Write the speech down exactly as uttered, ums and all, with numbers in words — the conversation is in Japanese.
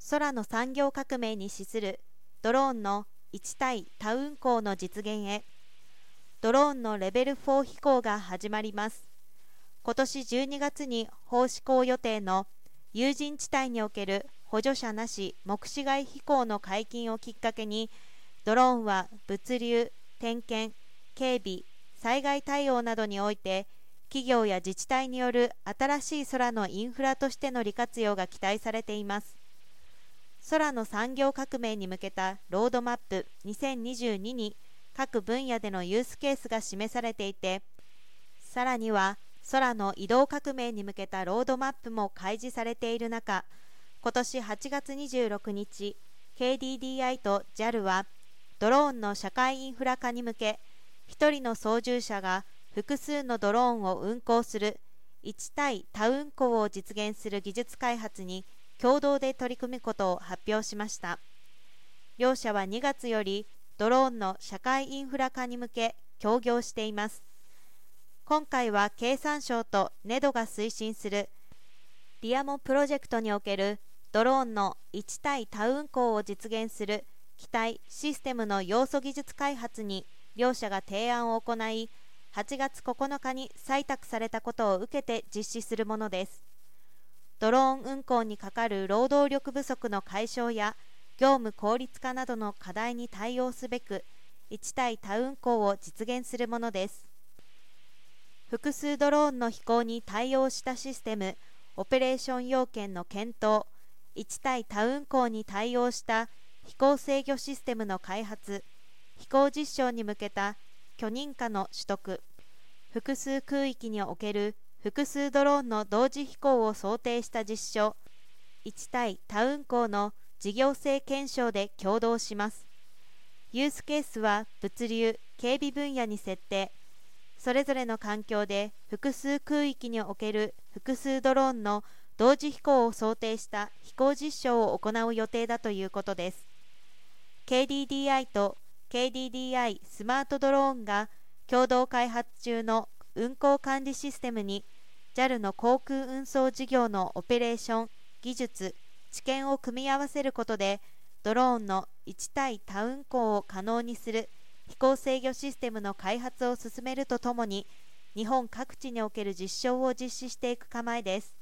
空の産業革命に資するドローンのいち対多運航の実現へ。ドローンのレベルフォー飛行が始まります。今年じゅうにがつに法施行予定の有人地帯における補助者なし目視外飛行の解禁をきっかけに、ドローンは物流、点検、警備、災害対応などにおいて企業や自治体による新しい空のインフラとしての利活用が期待されています。空の産業革命に向けたロードマップにせんにじゅうにに各分野でのユースケースが示されていて、さらには空の移動革命に向けたロードマップも開示されている中、今年はちがつにじゅうろくにち ケーディーディーアイ と ジャル はドローンの社会インフラ化に向け、ひとりの操縦者が複数のドローンを運航するいち対多運航を実現する技術開発に共同で取り組むことを発表しました。両社はにがつよりドローンの社会インフラ化に向け協業しています。今回は経産省とネドが推進するリアモプロジェクトにおけるドローンのいち対多運航を実現する機体・システムの要素技術開発に両社が提案を行い、はちがつここのかに採択されたことを受けて実施するものです。ドローン運航にかかる労働力不足の解消や業務効率化などの課題に対応すべくいち対多運航を実現するものです。複数ドローンの飛行に対応したシステム・オペレーション要件の検討、いち対多運航に対応した飛行制御システムの開発、飛行実証に向けた許認可の取得、複数空域における複数ドローンの同時飛行を想定した実証、いち対多運航の事業性検証で共同します。ユースケースは物流・警備分野に設定、それぞれの環境で複数空域における複数ドローンの同時飛行を想定した飛行実証を行う予定だということです。ケーディーディーアイ と ケーディーディーアイ スマートドローンが共同開発中の運航管理システムに ジャル の航空運送事業のオペレーション、技術、知見を組み合わせることでドローンのいち対多運航を可能にする飛行制御システムの開発を進めるとともに、日本各地における実証を実施していく構えです。